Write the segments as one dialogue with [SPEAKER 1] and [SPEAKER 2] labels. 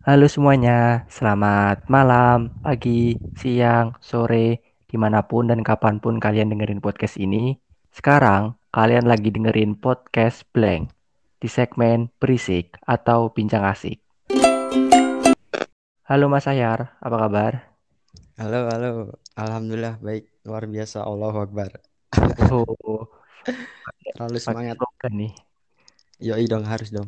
[SPEAKER 1] Halo semuanya, selamat malam, pagi, siang, sore, dimanapun dan kapanpun kalian dengerin podcast ini. Sekarang kalian lagi dengerin podcast Blank di segmen Berisik atau Bincang Asik. Halo Mas Ayar, apa kabar?
[SPEAKER 2] Halo, halo. Alhamdulillah baik, luar biasa. Allahu Akbar.
[SPEAKER 1] Oh,
[SPEAKER 2] Terlalu
[SPEAKER 1] pakai
[SPEAKER 2] semangat.
[SPEAKER 1] slogan nih.
[SPEAKER 2] Yoi dong, harus dong.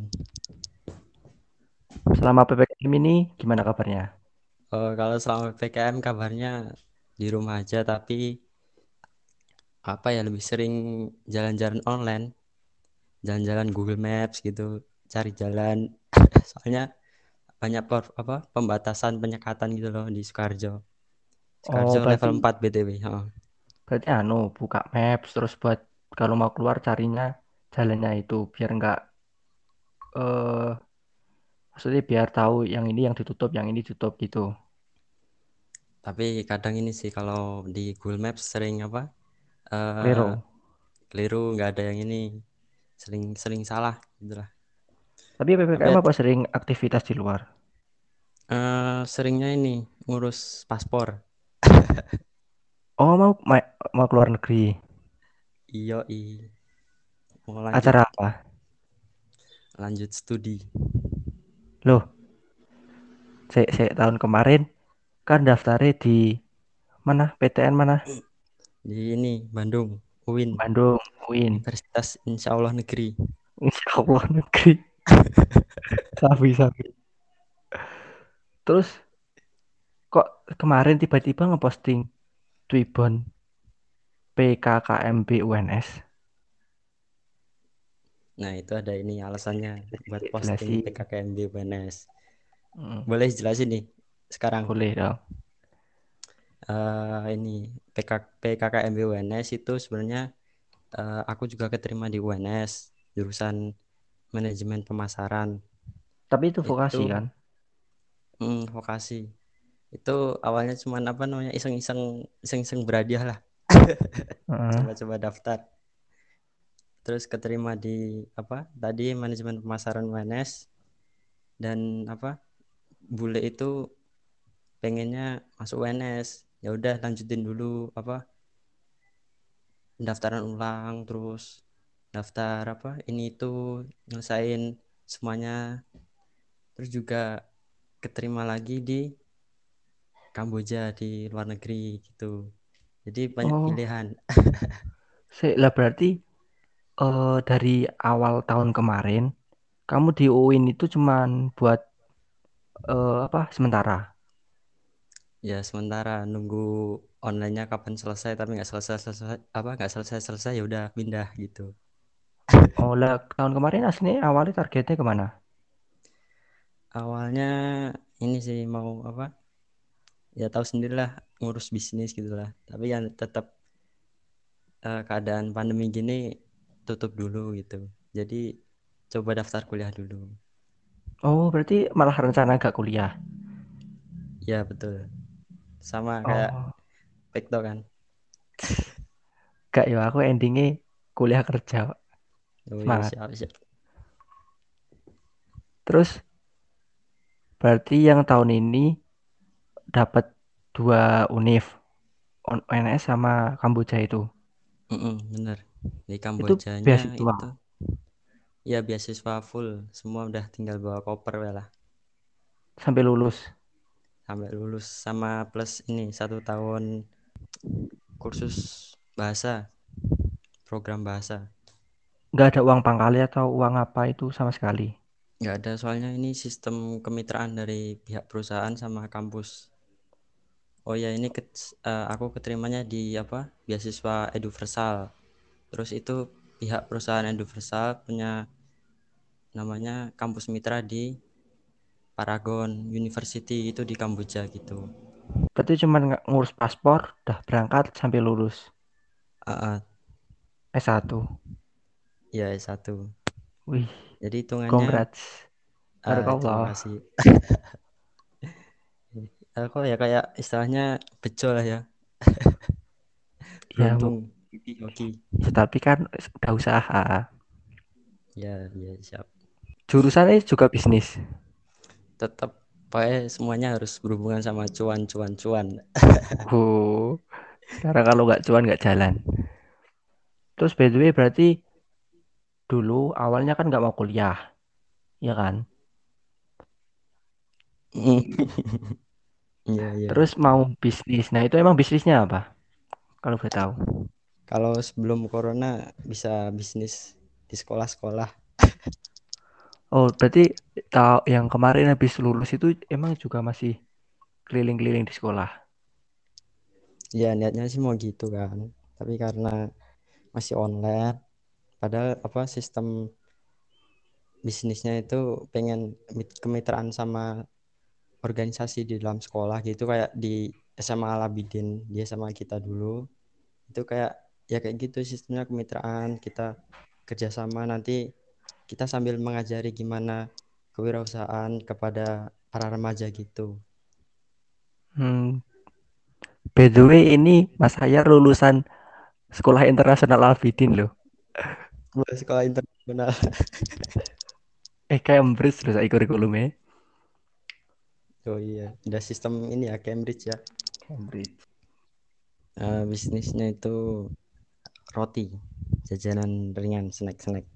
[SPEAKER 1] Selama PPKM ini gimana kabarnya?
[SPEAKER 2] Kalau selama PKM kabarnya di rumah aja, tapi apa ya lebih sering jalan-jalan online, jalan-jalan Google Maps gitu, cari jalan. Soalnya banyak pembatasan penyekatan gitu loh di Sukarjo.
[SPEAKER 1] Oh,
[SPEAKER 2] Sukarjo level 4 BTW. Heeh.
[SPEAKER 1] berarti buka Maps terus buat kalau mau keluar carinya jalannya itu biar nggak eh maksudnya biar tahu yang ini yang ditutup, yang ini ditutup gitu.
[SPEAKER 2] Tapi kadang ini sih kalau di Google Maps sering apa? eh
[SPEAKER 1] Keliru.
[SPEAKER 2] Keliru, nggak ada yang ini. Sering salah gitu.
[SPEAKER 1] Tapi
[SPEAKER 2] Tapi
[SPEAKER 1] PPKM apa sering aktivitas di luar?
[SPEAKER 2] seringnya ini ngurus paspor.
[SPEAKER 1] Oh, mau keluar negeri.
[SPEAKER 2] Iyo i mau lanjut
[SPEAKER 1] Acara apa?
[SPEAKER 2] lanjut studi
[SPEAKER 1] Loh, saya tahun kemarin kan daftarnya di mana? PTN mana?
[SPEAKER 2] di ini Bandung, UIN,
[SPEAKER 1] Bandung, UIN.
[SPEAKER 2] Universitas Insya Allah Negeri.
[SPEAKER 1] Insya Allah negeri. Sabi-sabi. Terus kok kemarin tiba-tiba ngeposting Twibbon PKKMB UNS?
[SPEAKER 2] Nah, itu ada ini alasannya buat posting
[SPEAKER 1] Jelasin.
[SPEAKER 2] PKKMB UNS.
[SPEAKER 1] Hmm,
[SPEAKER 2] Boleh jelasin nih sekarang.
[SPEAKER 1] boleh dong.
[SPEAKER 2] Ini PKKMB UNS itu sebenarnya aku juga keterima di UNS jurusan manajemen pemasaran.
[SPEAKER 1] Tapi itu vokasi
[SPEAKER 2] Itu
[SPEAKER 1] kan?
[SPEAKER 2] vokasi. Itu awalnya cuman apa namanya iseng-iseng berhadiah lah.
[SPEAKER 1] Heeh.
[SPEAKER 2] Coba-coba daftar, terus keterima di apa tadi manajemen pemasaran UNS. Dan apa bule itu pengennya masuk UNS, ya udah lanjutin dulu apa pendaftaran ulang, terus daftar apa ini itu nyelesain semuanya, terus juga keterima lagi di Kamboja di luar negeri gitu, jadi banyak
[SPEAKER 1] Oh,
[SPEAKER 2] pilihan.
[SPEAKER 1] lah berarti dari awal tahun kemarin kamu di UIN itu cuman buat apa sementara.
[SPEAKER 2] Ya sementara nunggu onlinenya kapan selesai, tapi nggak selesai selesai apa nggak selesai selesai, ya udah pindah gitu.
[SPEAKER 1] Oh lah tahun kemarin aslinya awalnya targetnya kemana?
[SPEAKER 2] Awalnya ini sih mau apa, ya tahu sendirilah, ngurus bisnis gitulah, tapi yang tetap keadaan pandemi gini tutup dulu gitu, jadi coba daftar kuliah dulu.
[SPEAKER 1] Oh berarti malah rencana gak kuliah.
[SPEAKER 2] Ya betul, sama kayak
[SPEAKER 1] Oh
[SPEAKER 2] Pekto kan.
[SPEAKER 1] gak ya aku endingnya kuliah kerja.
[SPEAKER 2] Oh iya,
[SPEAKER 1] Semangat.
[SPEAKER 2] siap siap.
[SPEAKER 1] Terus berarti yang tahun ini dapat dua univ UNS sama Kamboja itu.
[SPEAKER 2] Bener, di
[SPEAKER 1] Itu
[SPEAKER 2] Kambojanya
[SPEAKER 1] beasiswa
[SPEAKER 2] itu ya beasiswa full, semua udah tinggal bawa koper we lah,
[SPEAKER 1] sampai lulus.
[SPEAKER 2] sampai lulus, sama plus ini 1 tahun kursus bahasa, program bahasa.
[SPEAKER 1] Nggak ada uang pangkali atau uang apa itu sama sekali.
[SPEAKER 2] Nggak ada, soalnya ini sistem kemitraan dari pihak perusahaan sama kampus. Oh ya, ini aku keterimanya di apa, beasiswa Eduversal. Terus itu pihak perusahaan Eduversal punya namanya kampus mitra di Paragon University, itu di Kamboja gitu.
[SPEAKER 1] Berarti cuma ngurus paspor, udah berangkat sampai lulus
[SPEAKER 2] Ah, ah,
[SPEAKER 1] S1.
[SPEAKER 2] ya S1.
[SPEAKER 1] Wih,
[SPEAKER 2] Jadi hitungannya
[SPEAKER 1] congrats.
[SPEAKER 2] terima
[SPEAKER 1] Barakallah.
[SPEAKER 2] kasih. Aku ya kayak istilahnya bejo lah ya,
[SPEAKER 1] Ya,
[SPEAKER 2] beruntung, hoki.
[SPEAKER 1] ya, tapi kan udah usaha.
[SPEAKER 2] Ya, ya siap.
[SPEAKER 1] Jurusannya juga bisnis.
[SPEAKER 2] Tetap Pokoknya semuanya harus berhubungan sama cuan, cuan, cuan.
[SPEAKER 1] Oh, sekarang kalau nggak cuan nggak jalan. Terus by the way berarti dulu awalnya kan nggak mau kuliah, ya kan?
[SPEAKER 2] Iya, iya.
[SPEAKER 1] Terus mau bisnis. Nah itu emang bisnisnya apa? Kalau boleh tahu.
[SPEAKER 2] Kalau sebelum corona bisa bisnis di sekolah-sekolah.
[SPEAKER 1] Oh berarti tahu yang kemarin habis lulus itu emang juga masih keliling-keliling di sekolah.
[SPEAKER 2] Ya niatnya sih mau gitu kan. Tapi karena masih online, padahal apa sistem bisnisnya itu pengen kemitraan sama organisasi di dalam sekolah gitu kayak di SMA Alabidin, dia sama kita dulu. Itu kayak ya kayak gitu sistemnya kemitraan, kita kerjasama nanti kita sambil mengajari gimana kewirausahaan kepada para remaja gitu.
[SPEAKER 1] Hmm, by the way ini Mas Hayar lulusan Sekolah Internasional Al-Bidin loh.
[SPEAKER 2] Buat sekolah internasional.
[SPEAKER 1] Cambridge loh saya kurikulumnya.
[SPEAKER 2] Oh iya, udah sistem ini ya Cambridge ya.
[SPEAKER 1] Cambridge.
[SPEAKER 2] Bisnisnya itu roti, jajanan ringan, snack-snack.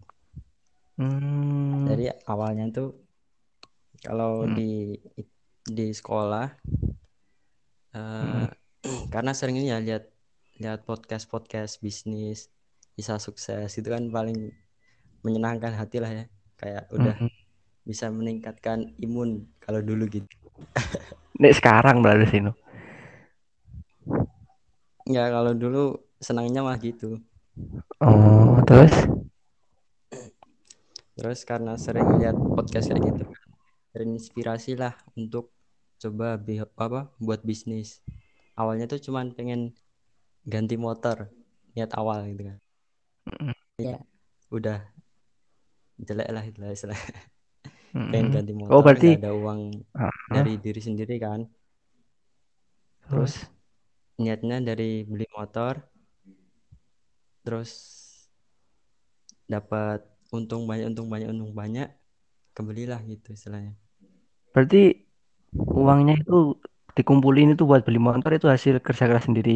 [SPEAKER 1] Hmm,
[SPEAKER 2] Dari awalnya tuh kalau
[SPEAKER 1] hmm,
[SPEAKER 2] di sekolah
[SPEAKER 1] hmm,
[SPEAKER 2] eh, karena sering ini ya lihat lihat podcast bisnis bisa sukses itu kan paling menyenangkan hati lah ya, kayak udah
[SPEAKER 1] hmm.
[SPEAKER 2] bisa meningkatkan imun kalau dulu gitu.
[SPEAKER 1] Nek sekarang berarti sini.
[SPEAKER 2] Ya kalau dulu senangnya mah gitu.
[SPEAKER 1] Oh, terus?
[SPEAKER 2] Terus karena sering lihat podcast kayak gitu terinspirasi lah untuk coba apa buat bisnis. Awalnya tuh cuman pengen ganti motor, niat awal gitu kan.
[SPEAKER 1] Hmm,
[SPEAKER 2] Ya udah jelek lah itu lah istilah. Pengen
[SPEAKER 1] hmm.
[SPEAKER 2] ganti
[SPEAKER 1] Oh,
[SPEAKER 2] motor,
[SPEAKER 1] berarti
[SPEAKER 2] nggak ada uang dari
[SPEAKER 1] ah,
[SPEAKER 2] diri sendiri kan. Terus
[SPEAKER 1] terus
[SPEAKER 2] niatnya dari beli motor, terus dapat untung banyak, kebelilah gitu istilahnya.
[SPEAKER 1] berarti uangnya itu dikumpulin itu buat beli motor itu hasil kerja keras sendiri.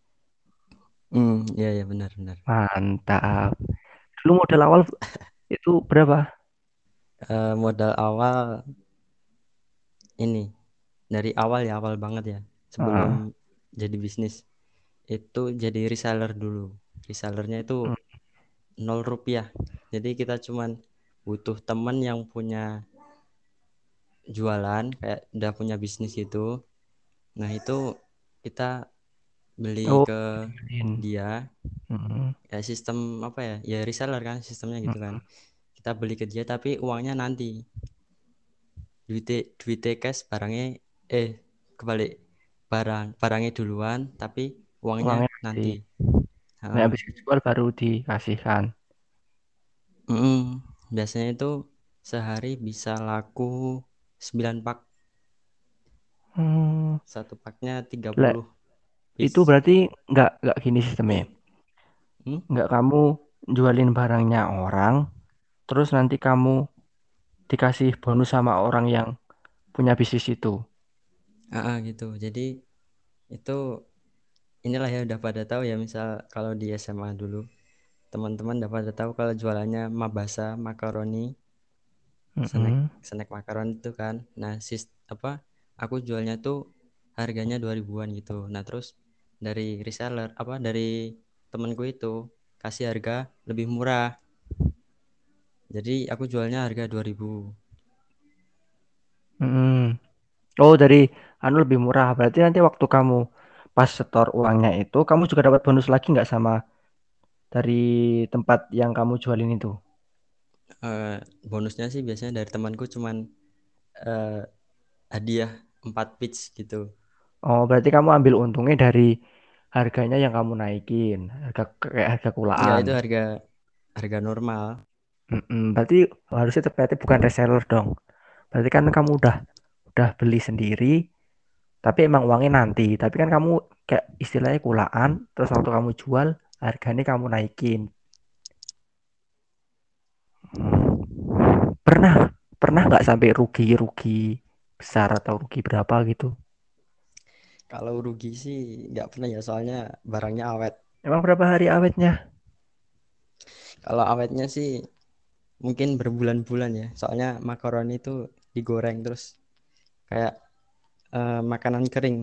[SPEAKER 2] Ya ya benar benar.
[SPEAKER 1] Mantap. Dulu modal awal itu berapa?
[SPEAKER 2] Modal awal ini dari awal ya awal banget ya sebelum
[SPEAKER 1] Ah,
[SPEAKER 2] jadi bisnis itu jadi reseller dulu. Resellernya itu
[SPEAKER 1] hmm.
[SPEAKER 2] 0 rupiah. Jadi kita cuman butuh teman yang punya jualan kayak udah punya bisnis gitu. Nah itu kita beli
[SPEAKER 1] Oh,
[SPEAKER 2] ke
[SPEAKER 1] dijualin.
[SPEAKER 2] dia,
[SPEAKER 1] Hmm,
[SPEAKER 2] ya sistem apa ya, ya reseller kan sistemnya gitu kan.
[SPEAKER 1] hmm.
[SPEAKER 2] Kita beli ke dia tapi uangnya nanti, duitnya cash, barangnya eh kebalik, barangnya duluan tapi uangnya
[SPEAKER 1] Uangnya
[SPEAKER 2] nanti.
[SPEAKER 1] nanti. Nah,
[SPEAKER 2] Heeh.
[SPEAKER 1] habis dijual baru dikasihkan.
[SPEAKER 2] Mm-mm. Biasanya itu sehari bisa laku 9 pak.
[SPEAKER 1] Hmm,
[SPEAKER 2] Satu paknya tiga
[SPEAKER 1] lah,
[SPEAKER 2] puluh
[SPEAKER 1] itu
[SPEAKER 2] piece.
[SPEAKER 1] berarti nggak gini sistemnya.
[SPEAKER 2] Hmm?
[SPEAKER 1] Nggak kamu jualin barangnya orang, terus nanti kamu dikasih bonus sama orang yang punya bisnis itu.
[SPEAKER 2] Gitu. Jadi itu inilah ya udah pada tahu ya, misal kalau di SMA dulu teman-teman udah pada tahu kalau jualannya mabasa makaroni, snack
[SPEAKER 1] Mm-mm.
[SPEAKER 2] snack makaron itu kan. Nah apa aku jualnya tuh harganya 2000-an gitu. Nah terus dari reseller apa dari temanku itu kasih harga lebih murah, jadi aku jualnya harga 2000.
[SPEAKER 1] Mm-mm. Oh, dari anu lebih murah. Berarti nanti waktu kamu pas setor uangnya itu, kamu juga dapat bonus lagi nggak sama dari tempat yang kamu jualin itu?
[SPEAKER 2] Eh, Bonusnya sih biasanya dari temanku cuman eh, hadiah 4 pitch gitu.
[SPEAKER 1] Oh, berarti kamu ambil untungnya dari harganya yang kamu naikin, harga kayak harga
[SPEAKER 2] Enggak,
[SPEAKER 1] kulaan.
[SPEAKER 2] itu harga harga normal.
[SPEAKER 1] Mm-mm. Berarti harusnya ternyata bukan reseller dong. Berarti kan kamu udah beli sendiri, tapi emang uangnya nanti. Tapi kan kamu kayak istilahnya kulaan, terus waktu kamu jual, harganya kamu naikin. Hmm. Pernah, pernah nggak sampai rugi-rugi? besar atau rugi berapa gitu?
[SPEAKER 2] Kalau rugi sih nggak pernah ya, soalnya barangnya awet.
[SPEAKER 1] Emang berapa hari awetnya?
[SPEAKER 2] Kalau awetnya sih mungkin berbulan-bulan ya, soalnya makaroni itu digoreng terus kayak makanan kering.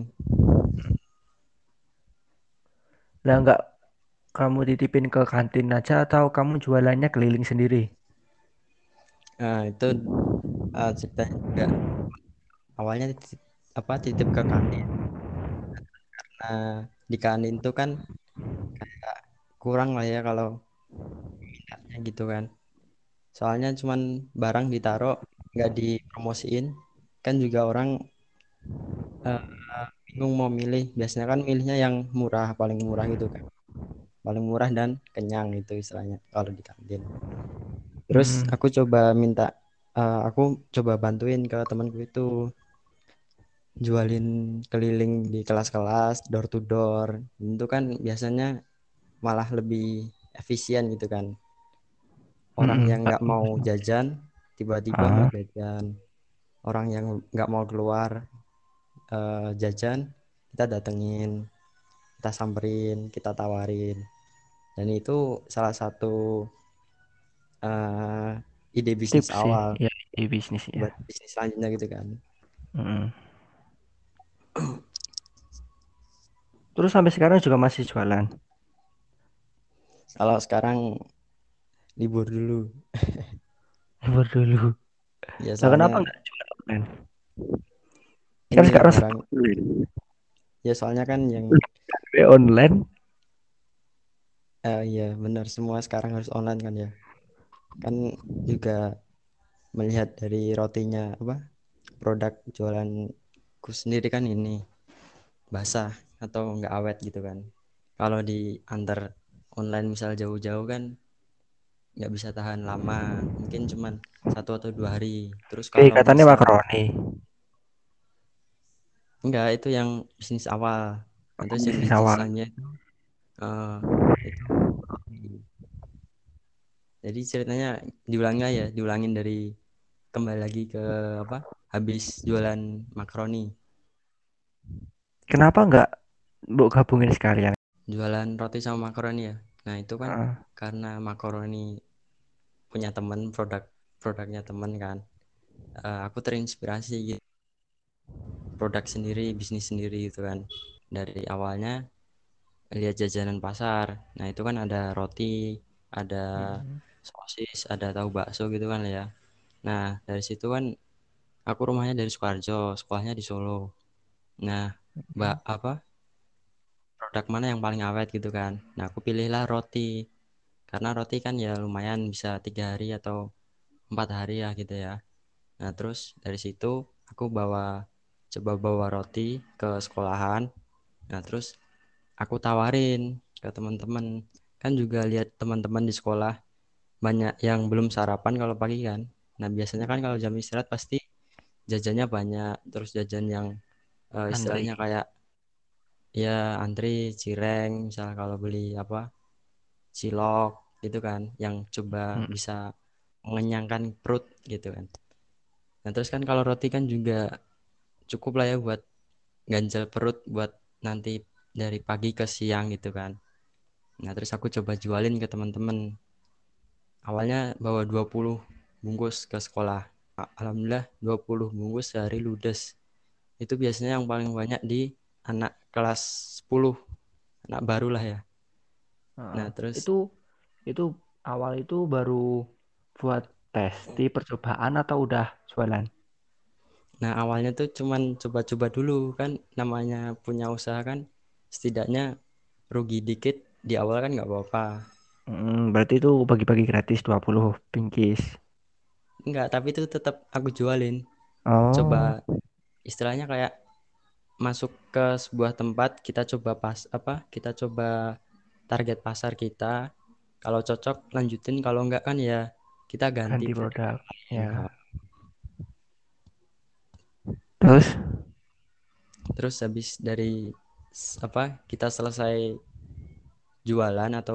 [SPEAKER 1] Lah nggak kamu titipin ke kantin aja atau kamu jualannya keliling sendiri?
[SPEAKER 2] Nah, itu ceritanya juga awalnya titip ke kantin. Nah, di kantin tuh kan kayak kurang lah ya kalau minatnya gitu kan. Soalnya cuman barang ditaruh nggak dipromosiin, kan juga orang eh, bingung mau milih. Biasanya kan milihnya yang murah, paling murah gitu kan. Paling murah dan kenyang itu istilahnya kalau di kantin. Terus
[SPEAKER 1] Hmm.
[SPEAKER 2] aku coba bantuin ke temanku itu jualin keliling di kelas-kelas, door to door. Itu kan biasanya malah lebih efisien gitu kan. Orang yang nggak mau jajan tiba-tiba mau
[SPEAKER 1] Ah,
[SPEAKER 2] jajan, orang yang nggak mau keluar jajan, kita datengin, kita samperin, kita tawarin. Dan itu salah satu eh, ide bisnis
[SPEAKER 1] tips sih,
[SPEAKER 2] awal
[SPEAKER 1] ya di bisnis ya.
[SPEAKER 2] buat bisnis selanjutnya gitu kan.
[SPEAKER 1] Mm. Terus sampai sekarang juga masih jualan.
[SPEAKER 2] Kalau sekarang libur dulu
[SPEAKER 1] Libur dulu.
[SPEAKER 2] ya,
[SPEAKER 1] Lah kenapa
[SPEAKER 2] soalnya
[SPEAKER 1] nggak jualan online? Kan
[SPEAKER 2] ini ya
[SPEAKER 1] sekarang
[SPEAKER 2] barang, ya soalnya kan yang
[SPEAKER 1] online.
[SPEAKER 2] ya benar, semua sekarang harus online kan ya. Kan juga melihat dari rotinya apa, produk jualanku sendiri kan ini basah atau nggak awet gitu kan. Kalau diantar online misal jauh-jauh kan nggak bisa tahan lama, mungkin cuman 1 atau 2 hari. Terus
[SPEAKER 1] Oke,
[SPEAKER 2] kalau
[SPEAKER 1] katanya
[SPEAKER 2] misal
[SPEAKER 1] makaroni.
[SPEAKER 2] enggak, itu yang bisnis awal. Nah, terus yang
[SPEAKER 1] Bisnis
[SPEAKER 2] bisnis
[SPEAKER 1] awal.
[SPEAKER 2] selanjutnya eh, itu roti. Jadi ceritanya diulangin dari kembali lagi ke apa, habis jualan makaroni,
[SPEAKER 1] Kenapa nggak bu gabungin sekalian?
[SPEAKER 2] jualan roti sama makaroni ya. Nah itu kan
[SPEAKER 1] Ah,
[SPEAKER 2] karena makaroni punya temen, produknya temen kan. Aku terinspirasi gitu, produk sendiri, bisnis sendiri gitu kan. Dari awalnya lihat jajanan pasar, nah itu kan ada roti, ada
[SPEAKER 1] mm,
[SPEAKER 2] sosis, ada tahu bakso gitu kan ya. Nah dari situ kan aku rumahnya dari Sukoharjo, sekolahnya di Solo. Nah apa, produk mana yang paling awet gitu kan. Nah aku pilihlah roti, karena roti kan ya lumayan bisa 3 hari atau 4 hari ya gitu ya. Nah terus dari situ aku coba bawa roti ke sekolahan. Nah terus aku tawarin ke teman-teman, kan juga lihat teman-teman di sekolah banyak yang belum sarapan kalau pagi kan. Nah biasanya kan kalau jam istirahat pasti jajannya banyak, terus jajan yang
[SPEAKER 1] antri.
[SPEAKER 2] istilahnya kayak ya antri cireng misal, kalau beli apa cilok gitu kan, yang coba
[SPEAKER 1] Mm.
[SPEAKER 2] bisa mengenyangkan perut gitu kan. Nah terus kan kalau roti kan juga cukup lah ya buat ganjal perut buat nanti dari pagi ke siang gitu kan. Nah terus aku coba jualin ke teman-teman. Awalnya bawa 20 bungkus ke sekolah. Alhamdulillah 20 bungkus sehari ludes. Itu biasanya yang paling banyak di anak kelas 10, anak baru lah ya.
[SPEAKER 1] Ah,
[SPEAKER 2] Nah terus,
[SPEAKER 1] itu itu awal itu baru buat testi percobaan atau udah jualan?
[SPEAKER 2] nah awalnya tuh cuman coba-coba dulu kan, namanya punya usaha kan setidaknya rugi dikit di awal kan nggak apa-apa.
[SPEAKER 1] Berarti itu bagi-bagi gratis 20 bingkis.
[SPEAKER 2] Enggak, tapi itu tetap aku jualin. Coba
[SPEAKER 1] Oh,
[SPEAKER 2] istilahnya kayak masuk ke sebuah tempat, kita coba kita coba target pasar kita, kalau cocok lanjutin, kalau enggak kan ya kita ganti
[SPEAKER 1] ganti
[SPEAKER 2] produk
[SPEAKER 1] produk.
[SPEAKER 2] lain.
[SPEAKER 1] Ya. Terus
[SPEAKER 2] Terus habis dari kita selesai jualan atau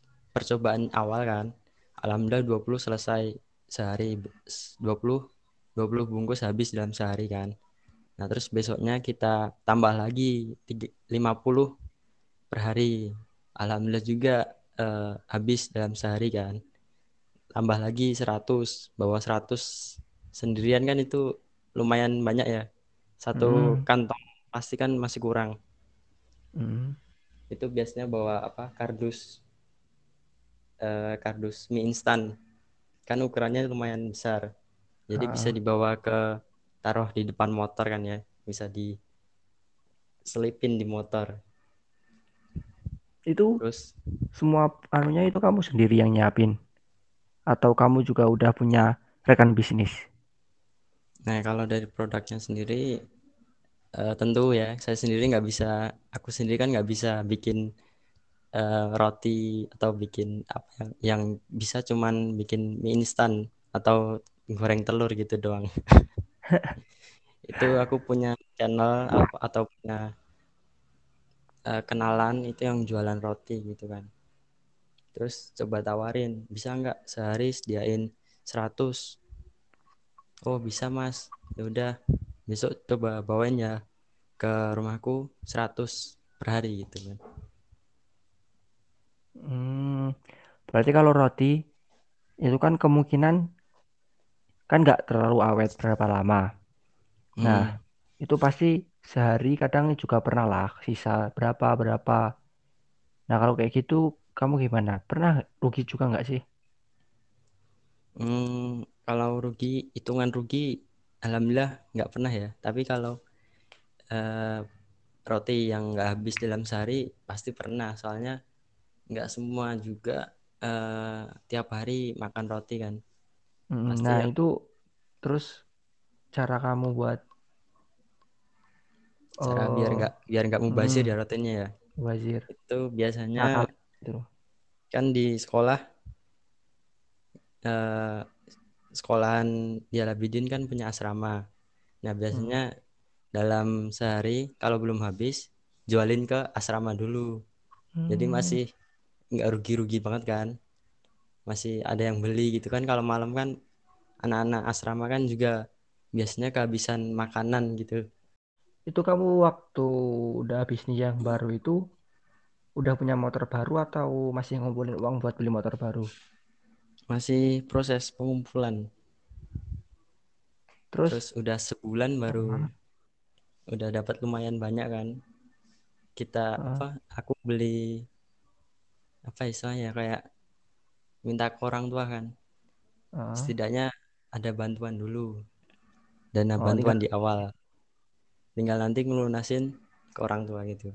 [SPEAKER 2] percobaan awal kan, alhamdulillah 20 selesai sehari, 20 20 bungkus habis dalam sehari kan. Nah, terus besoknya kita tambah lagi 50 per hari. Alhamdulillah juga habis dalam sehari kan. Tambah lagi 100, bawa 100 sendirian kan itu lumayan banyak ya. Satu
[SPEAKER 1] Mm-mm.
[SPEAKER 2] kantong pasti kan masih kurang.
[SPEAKER 1] Mm.
[SPEAKER 2] Itu biasanya bawa apa? Kardus mie instan. Kan ukurannya lumayan besar. Jadi bisa
[SPEAKER 1] Ah,
[SPEAKER 2] dibawa ke taruh di depan motor kan ya. Bisa diselipin di motor.
[SPEAKER 1] itu
[SPEAKER 2] Terus
[SPEAKER 1] semua anunya itu kamu sendiri yang nyiapin atau kamu juga udah punya rekan bisnis?
[SPEAKER 2] nah kalau dari produknya sendiri tentu ya saya sendiri nggak bisa aku sendiri kan nggak bisa bikin roti atau bikin apa yang bisa cuman bikin mie instan atau goreng telur gitu doang. Itu aku punya channel apa atau punya kenalan itu yang jualan roti gitu kan. Terus coba tawarin, bisa nggak sehari sediain 100? Oh bisa mas, ya udah besok coba bawain ya ke rumahku 100 per hari gitu kan.
[SPEAKER 1] Hmm, berarti kalau roti itu kan kemungkinan kan nggak terlalu awet berapa lama. Nah,
[SPEAKER 2] Hmm.
[SPEAKER 1] itu pasti sehari kadang juga pernah lah sisa berapa berapa. Nah, kalau kayak gitu kamu gimana? Pernah rugi juga nggak sih?
[SPEAKER 2] Kalau rugi, hitungan rugi, alhamdulillah nggak pernah ya. Tapi kalau eh, roti yang nggak habis dalam sehari pasti pernah. Soalnya nggak semua juga tiap hari makan roti kan. Pasti
[SPEAKER 1] Nah,
[SPEAKER 2] ya
[SPEAKER 1] itu terus cara kamu buat
[SPEAKER 2] cara biar
[SPEAKER 1] eh
[SPEAKER 2] nggak mubazir ya rotinya ya.
[SPEAKER 1] wazir
[SPEAKER 2] Itu biasanya
[SPEAKER 1] nakal itu.
[SPEAKER 2] kan di sekolah eh, sekolahan di Alabidin kan punya asrama. Nah biasanya
[SPEAKER 1] Hmm.
[SPEAKER 2] dalam sehari kalau belum habis jualin ke asrama dulu. Jadi
[SPEAKER 1] Hmm,
[SPEAKER 2] masih nggak rugi-rugi banget kan, masih ada yang beli gitu kan. Kalau malam kan anak-anak asrama kan juga biasanya kehabisan makanan gitu.
[SPEAKER 1] itu kamu waktu udah bisnis yang baru itu udah punya motor baru atau masih ngumpulin uang buat beli motor baru?
[SPEAKER 2] Masih proses pengumpulan. Terus
[SPEAKER 1] Terus,
[SPEAKER 2] udah sebulan baru
[SPEAKER 1] ah,
[SPEAKER 2] udah dapat lumayan banyak kan. Kita
[SPEAKER 1] ah,
[SPEAKER 2] apa, aku beli apa istilahnya kayak minta ke orang tua kan,
[SPEAKER 1] ah.
[SPEAKER 2] setidaknya ada bantuan dulu, dana
[SPEAKER 1] Oh,
[SPEAKER 2] bantuan
[SPEAKER 1] tinggal,
[SPEAKER 2] di awal, tinggal nanti ngelunasin ke orang tua gitu.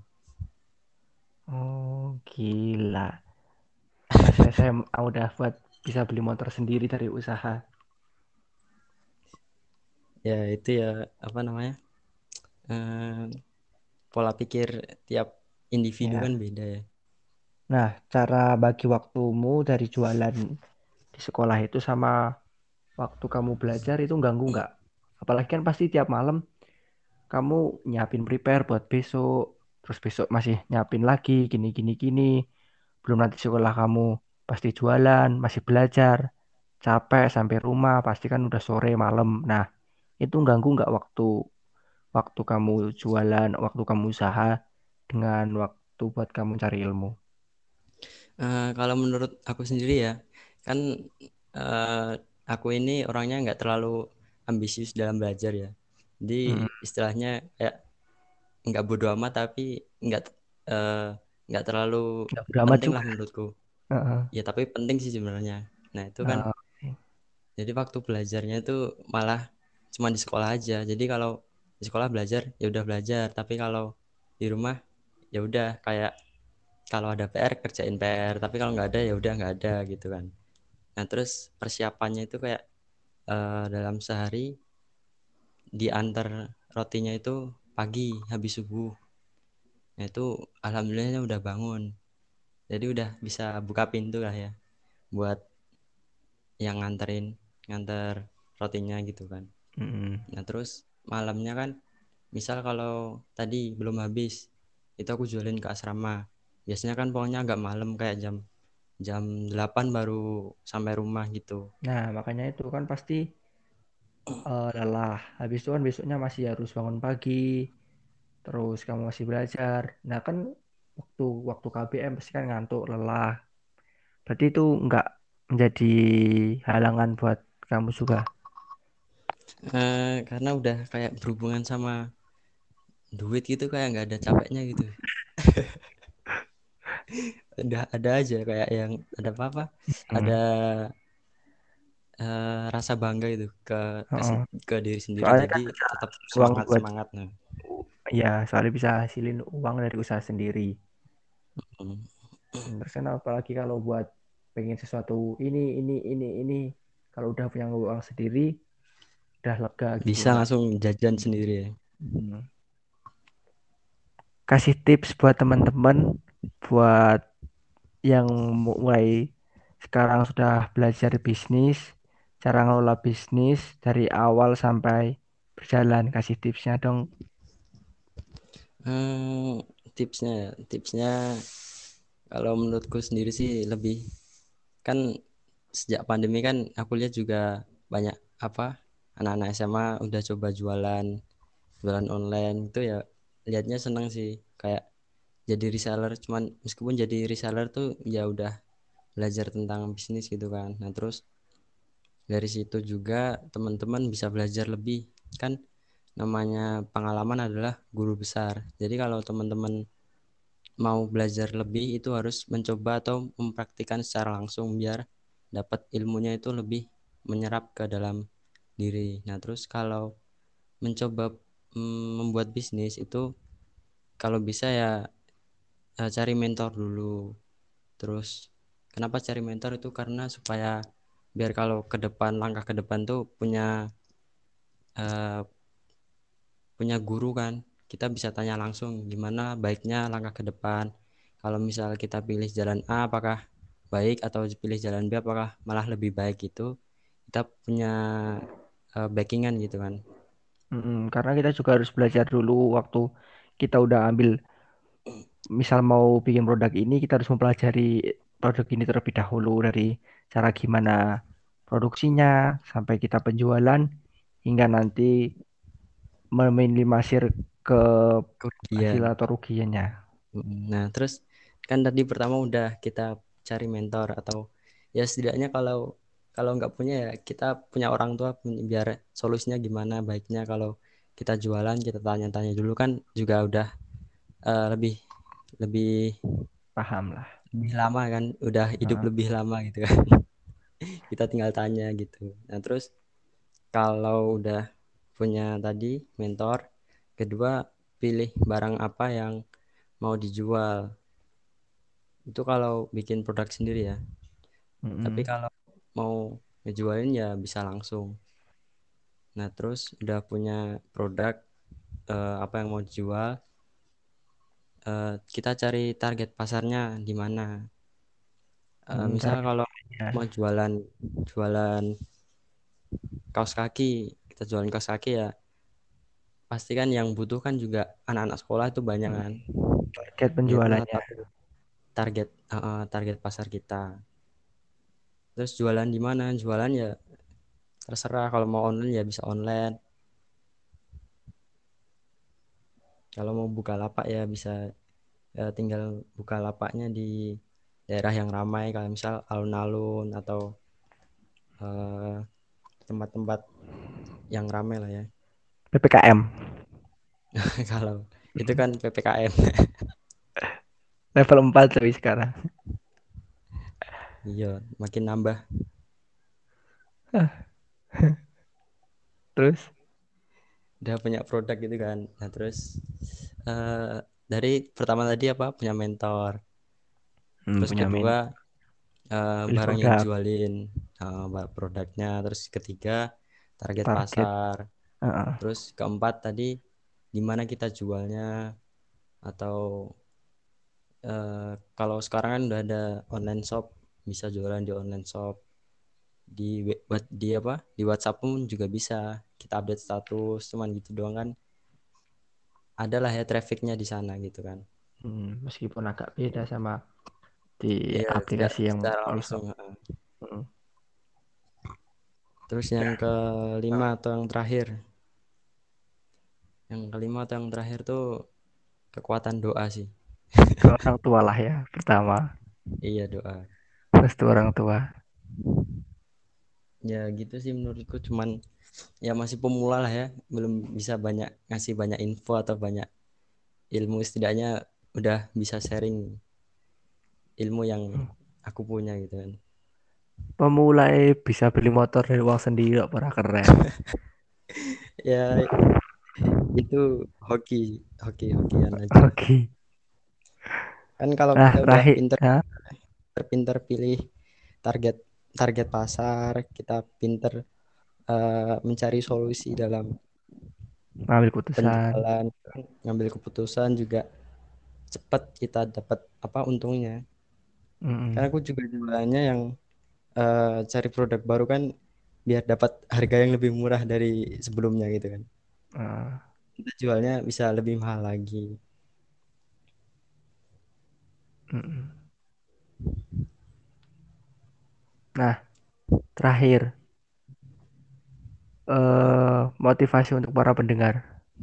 [SPEAKER 1] oh gila. Masih SMA udah buat bisa beli motor sendiri dari usaha.
[SPEAKER 2] Ya itu ya apa namanya, eh, pola pikir tiap individu kan
[SPEAKER 1] Ya.
[SPEAKER 2] beda ya.
[SPEAKER 1] Nah, cara bagi waktumu dari jualan di sekolah itu sama waktu kamu belajar itu ganggu nggak? Apalagi kan pasti tiap malam kamu nyiapin prepare buat besok, terus besok masih nyiapin lagi, gini, gini, gini. Belum nanti sekolah kamu pasti jualan, masih belajar, capek sampai rumah, pasti kan udah sore malam. Nah, itu ganggu nggak waktu waktu kamu jualan, waktu kamu usaha dengan waktu buat kamu cari ilmu?
[SPEAKER 2] Kalau menurut aku sendiri ya kan, eh, aku ini orangnya nggak terlalu ambisius dalam belajar ya. Jadi
[SPEAKER 1] Mm,
[SPEAKER 2] istilahnya kayak nggak bodo amat tapi nggak eh, nggak terlalu
[SPEAKER 1] nggak beramat
[SPEAKER 2] penting lah
[SPEAKER 1] juga.
[SPEAKER 2] menurutku.
[SPEAKER 1] Heeh.
[SPEAKER 2] Ya tapi penting sih sebenarnya. Nah itu kan
[SPEAKER 1] Nah,
[SPEAKER 2] jadi waktu belajarnya itu malah cuma di sekolah aja. Jadi kalau di sekolah belajar ya udah belajar, tapi kalau di rumah ya udah kayak kalau ada PR kerjain PR, tapi kalau nggak ada ya udah nggak ada gitu kan. Nah terus persiapannya itu kayak dalam sehari diantar rotinya itu pagi habis subuh. Nah itu alhamdulillahnya udah bangun, jadi udah bisa buka pintu lah ya buat yang nganter rotinya gitu kan.
[SPEAKER 1] mm,
[SPEAKER 2] Nah terus malamnya kan, misal kalau tadi belum habis itu aku jualin ke asrama. Biasanya kan pokoknya agak malam kayak jam jam 8 baru sampai rumah gitu.
[SPEAKER 1] nah, makanya itu kan pasti lelah. Habis itu kan besoknya masih harus bangun pagi, terus kamu masih belajar. Nah kan waktu waktu KBM pasti kan ngantuk, lelah. Berarti itu nggak menjadi halangan buat kamu juga.
[SPEAKER 2] Karena udah kayak berhubungan sama duit gitu, kayak nggak ada capeknya gitu. Udah ada aja kayak yang ada apa-apa, ada
[SPEAKER 1] Hmm.
[SPEAKER 2] rasa bangga itu
[SPEAKER 1] Heeh.
[SPEAKER 2] ke diri sendiri,
[SPEAKER 1] Soalnya
[SPEAKER 2] jadi
[SPEAKER 1] kan bisa
[SPEAKER 2] tetap
[SPEAKER 1] uang
[SPEAKER 2] semangat
[SPEAKER 1] buat,
[SPEAKER 2] semangat. Nah,
[SPEAKER 1] ya soalnya bisa hasilin uang dari usaha sendiri.
[SPEAKER 2] hmm.
[SPEAKER 1] Terus kan apalagi kalau buat pengen sesuatu ini, kalau udah punya uang sendiri, udah lega gitu
[SPEAKER 2] Bisa
[SPEAKER 1] nggak.
[SPEAKER 2] langsung jajan sendiri ya.
[SPEAKER 1] Hmm. Kasih tips buat teman-teman buat yang mulai sekarang sudah belajar bisnis, cara ngelola bisnis dari awal sampai berjalan. Kasih tipsnya dong.
[SPEAKER 2] Hmm, tipsnya kalau menurutku sendiri sih lebih, kan sejak pandemi kan aku lihat juga banyak apa anak-anak SMA udah coba jualan jualan online itu ya, lihatnya seneng sih, kayak jadi reseller. Cuman meskipun jadi reseller tuh ya udah belajar tentang bisnis gitu kan. Nah terus dari situ juga teman-teman bisa belajar lebih, kan namanya pengalaman adalah guru besar. Jadi kalau teman-teman mau belajar lebih itu harus mencoba atau mempraktikkan secara langsung biar dapat ilmunya itu lebih menyerap ke dalam diri. Nah terus kalau mencoba membuat bisnis itu, kalau bisa ya cari mentor dulu. Terus kenapa cari mentor itu, karena supaya biar kalau ke depan, langkah ke depan tuh eh, punya guru kan, kita bisa tanya langsung gimana baiknya langkah ke depan. Kalau misal kita pilih jalan A apakah baik, atau pilih jalan B apakah malah lebih baik, gitu kita punya backingan gitu kan.
[SPEAKER 1] Karena kita juga harus belajar dulu waktu kita udah ambil, misal mau bikin produk ini, kita harus mempelajari produk ini terlebih dahulu dari cara gimana produksinya sampai kita penjualan hingga nanti meminimalisir ke hasil
[SPEAKER 2] Kemudian
[SPEAKER 1] atau rugiannya.
[SPEAKER 2] nah terus kan tadi pertama udah kita cari mentor, atau ya setidaknya kalau kalau nggak punya ya kita punya orang tua, biar solusinya gimana baiknya. Kalau kita jualan kita tanya-tanya dulu kan juga udah lebih lebih
[SPEAKER 1] Paham lah.
[SPEAKER 2] lebih lama kan, udah hidup
[SPEAKER 1] Heeh.
[SPEAKER 2] lebih lama gitu kan. Kita tinggal tanya gitu. Nah terus kalau udah punya tadi mentor, kedua pilih barang apa yang mau dijual. Itu kalau bikin produk sendiri ya. Tapi
[SPEAKER 1] Mm-mm.
[SPEAKER 2] kalau mau ngejualin ya bisa langsung. Nah terus udah punya produk, apa yang mau dijual, kita cari target pasarnya di mana. Misal
[SPEAKER 1] Cara
[SPEAKER 2] kalau mau
[SPEAKER 1] bisnisnya.
[SPEAKER 2] jualan jualan kaos kaki, kita jualan kaos kaki ya pasti kan yang butuh kan juga anak-anak sekolah itu banyak
[SPEAKER 1] Mm.
[SPEAKER 2] kan.
[SPEAKER 1] Target
[SPEAKER 2] Ya itu salah
[SPEAKER 1] penjualannya.
[SPEAKER 2] satu target pasar kita. Terus jualan di mana? Jualan ya terserah, kalau mau online ya bisa online. Kalau mau buka lapak ya bisa, ya tinggal buka lapaknya di daerah yang ramai, kalau misal alun-alun atau eh, tempat-tempat yang ramai lah ya.
[SPEAKER 1] PPKM.
[SPEAKER 2] Kalau itu kan PPKM.
[SPEAKER 1] Level 4 tapi sekarang.
[SPEAKER 2] Iya, makin nambah.
[SPEAKER 1] Hah, terus
[SPEAKER 2] Udah punya produk gitu kan. Nah terus eh, dari pertama tadi apa, punya mentor. Terus
[SPEAKER 1] punya
[SPEAKER 2] kedua
[SPEAKER 1] pilih
[SPEAKER 2] barang yang
[SPEAKER 1] produk,
[SPEAKER 2] dijualin, produknya. Terus ketiga target
[SPEAKER 1] target.
[SPEAKER 2] pasar.
[SPEAKER 1] Heeh.
[SPEAKER 2] Terus keempat tadi di mana kita jualnya, atau kalau sekarang kan udah ada online shop, bisa jualan di online shop, di apa, di WhatsApp pun juga bisa kita update status, cuman gitu doang kan adalah ya trafficnya di sana gitu kan.
[SPEAKER 1] Meskipun agak beda sama di
[SPEAKER 2] Iya,
[SPEAKER 1] aplikasi yang
[SPEAKER 2] secara
[SPEAKER 1] all
[SPEAKER 2] langsung.
[SPEAKER 1] shop. Mm.
[SPEAKER 2] Terus yang kelima atau yang terakhir, tuh kekuatan doa sih.
[SPEAKER 1] Ke orang tua lah ya pertama.
[SPEAKER 2] Iya doa.
[SPEAKER 1] Restu orang tua.
[SPEAKER 2] Ya gitu sih menurutku, cuman ya masih pemula lah ya, belum bisa banyak ngasih banyak info atau banyak ilmu, setidaknya udah bisa sharing ilmu yang aku punya gitu kan.
[SPEAKER 1] Pemulai bisa beli motor dari uang sendiri kok, para keren.
[SPEAKER 2] Ya itu hoki, hokian aja
[SPEAKER 1] Oke.
[SPEAKER 2] kan. Kalau
[SPEAKER 1] Nah,
[SPEAKER 2] kita udah
[SPEAKER 1] terakhir.
[SPEAKER 2] pinter
[SPEAKER 1] Hah?
[SPEAKER 2] pinter pilih target target pasar, kita pinter mencari solusi dalam
[SPEAKER 1] Ngambil putusan.
[SPEAKER 2] penjualan, ngambil keputusan juga cepat kita dapat apa untungnya. Karena
[SPEAKER 1] Mm-mm.
[SPEAKER 2] aku juga jualannya yang cari produk baru kan, biar dapat harga yang lebih murah dari sebelumnya gitu kan.
[SPEAKER 1] Ah,
[SPEAKER 2] Kita jualnya bisa lebih mahal lagi.
[SPEAKER 1] mm-mm. Nah, terakhir. Motivasi untuk para pendengar.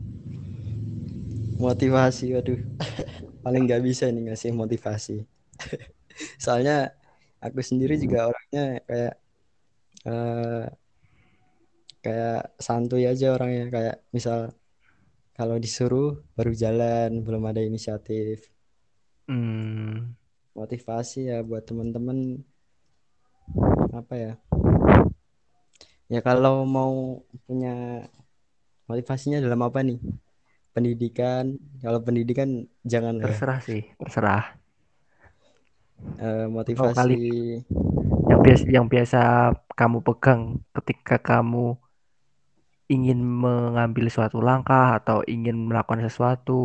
[SPEAKER 2] Motivasi, waduh, paling nggak bisa nih ngasih motivasi. Soalnya aku sendiri juga orangnya kayak eh, kayak santuy aja orangnya, kayak misal kalau disuruh baru jalan, belum ada inisiatif.
[SPEAKER 1] Hmm,
[SPEAKER 2] Motivasi ya buat teman-teman apa ya? Ya kalau mau punya motivasinya dalam apa nih? Pendidikan. Kalau pendidikan janganlah ya.
[SPEAKER 1] terserah sih, terserah. Atau
[SPEAKER 2] Motivasi
[SPEAKER 1] kali yang biasa kamu pegang ketika kamu ingin mengambil suatu langkah atau ingin melakukan sesuatu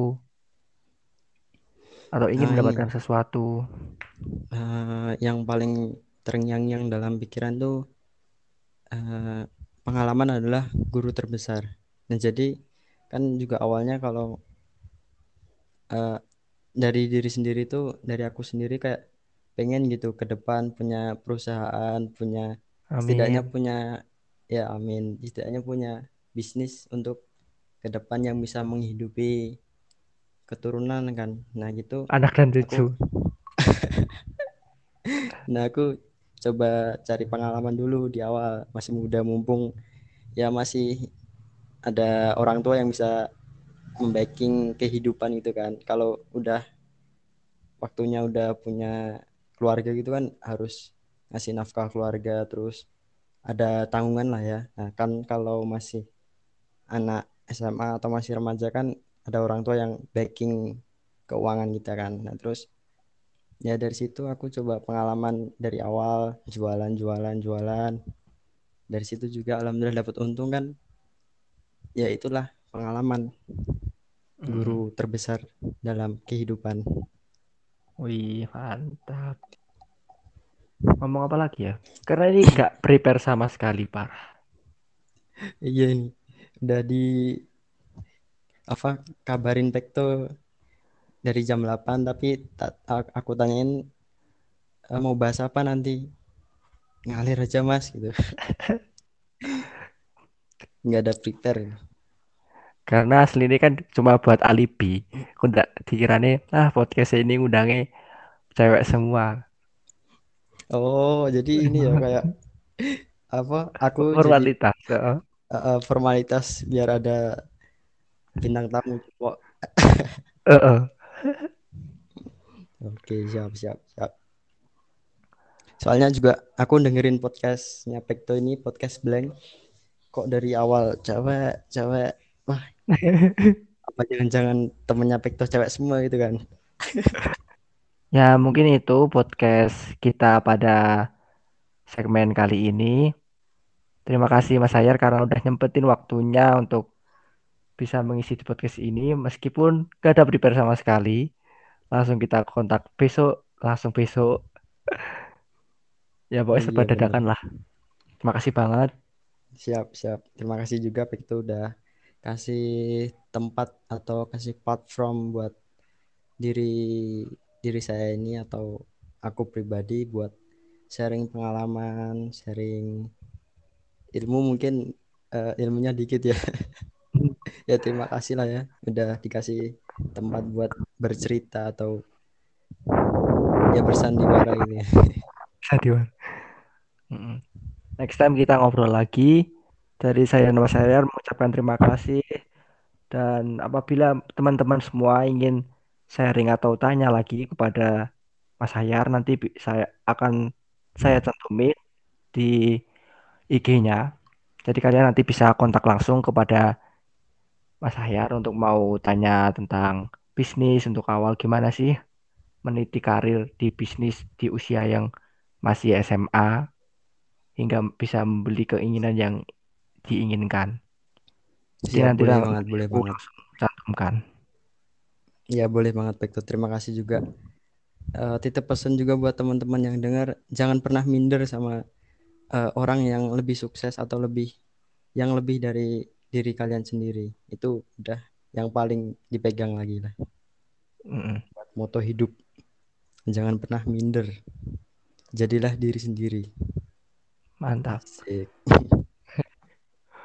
[SPEAKER 1] atau ingin
[SPEAKER 2] ini
[SPEAKER 1] mendapatkan sesuatu.
[SPEAKER 2] yang paling terngiang-ngiang dalam pikiran tuh eh, pengalaman adalah guru terbesar. Nah, jadi kan juga awalnya kalau eh, dari diri sendiri tuh, dari aku sendiri kayak pengen gitu ke depan punya perusahaan, punya setidaknya
[SPEAKER 1] Amin.
[SPEAKER 2] punya, ya amin, setidaknya punya bisnis untuk ke depan yang bisa menghidupi keturunan kan. Nah, gitu
[SPEAKER 1] Anak dan
[SPEAKER 2] aku
[SPEAKER 1] cucu.
[SPEAKER 2] aku coba cari pengalaman dulu di awal, masih muda, mumpung ya masih ada orang tua yang bisa membacking kehidupan itu kan. Kalau udah waktunya udah punya keluarga gitu kan, harus ngasih nafkah keluarga, terus ada tanggungan lah ya. Nah kan kalau masih anak SMA atau masih remaja kan, ada orang tua yang backing keuangan kita kan. Nah terus ya dari situ aku coba pengalaman dari awal, jualan jualan jualan. Dari situ juga alhamdulillah dapat untung kan. Ya itulah pengalaman guru
[SPEAKER 1] Hmm.
[SPEAKER 2] terbesar dalam kehidupan.
[SPEAKER 1] Wih, mantap. Ngomong apa lagi ya? Karena ini gak prepare sama sekali, Pak.
[SPEAKER 2] Iya ini udah di apa kabarin Pekto dari jam 8, tapi aku tanyain mau bahas apa nanti, ngalir aja mas gitu. Nggak ada prepare.
[SPEAKER 1] Karena asli ini kan cuma buat alibi. Aku nggak dikirane, podcast ini ngundangnya cewek semua.
[SPEAKER 2] Oh jadi ini ya kayak apa, aku jadi
[SPEAKER 1] Formalitas. Heeh.
[SPEAKER 2] formalitas biar ada bintang tamu cowok.
[SPEAKER 1] Heeh.
[SPEAKER 2] Oke, siap siap siap. Soalnya juga aku dengerin podcastnya Pekto ini, podcast Blank, kok dari awal cewek cewek, wah apa jangan-jangan temennya Pekto cewek semua gitu kan.
[SPEAKER 1] Ya, mungkin itu podcast kita pada segmen kali ini. Terima kasih Mas Hayar karena udah nyempetin waktunya untuk bisa mengisi di podcast ini. Meskipun gak ada prepare sama sekali. Langsung kita kontak besok. Langsung besok. Ya, pokoknya serba
[SPEAKER 2] Iya bener.
[SPEAKER 1] dadakan lah. Terima kasih banget.
[SPEAKER 2] Siap, siap. Terima kasih juga Pekto udah kasih tempat atau kasih platform buat diri diri saya ini atau aku pribadi buat sharing pengalaman, sharing ilmu mungkin ilmunya dikit ya. Ya terima kasih lah ya udah dikasih tempat buat bercerita atau ya bersandiwara gitu ya.
[SPEAKER 1] Stadion. Mm-mm. Next time kita ngobrol lagi. Dari saya dan Mas Herian mengucapkan terima kasih. Dan apabila teman-teman semua ingin sharing atau tanya lagi kepada Mas Hayar, nanti saya cantumin di IG-nya. Jadi kalian nanti bisa kontak langsung kepada Mas Hayar untuk mau tanya tentang bisnis untuk awal gimana sih meniti karir di bisnis di usia yang masih SMA hingga bisa membeli keinginan yang diinginkan. Jadi
[SPEAKER 2] Siap,
[SPEAKER 1] nanti
[SPEAKER 2] boleh banget,
[SPEAKER 1] nanti
[SPEAKER 2] boleh
[SPEAKER 1] aku
[SPEAKER 2] banget.
[SPEAKER 1] langsung cantumkan.
[SPEAKER 2] Ya boleh banget Bekto. Terima kasih juga. Titip pesan juga buat teman-teman yang dengar, jangan pernah minder sama orang yang lebih sukses atau yang lebih dari diri kalian sendiri. Itu udah yang paling dipegang lagi lah.
[SPEAKER 1] Mm-mm.
[SPEAKER 2] Buat moto hidup, jangan pernah minder. Jadilah diri sendiri.
[SPEAKER 1] Mantap.
[SPEAKER 2] Asik.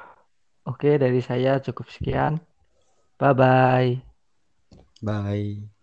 [SPEAKER 1] Oke, dari saya cukup sekian. Bye bye.
[SPEAKER 2] Bye.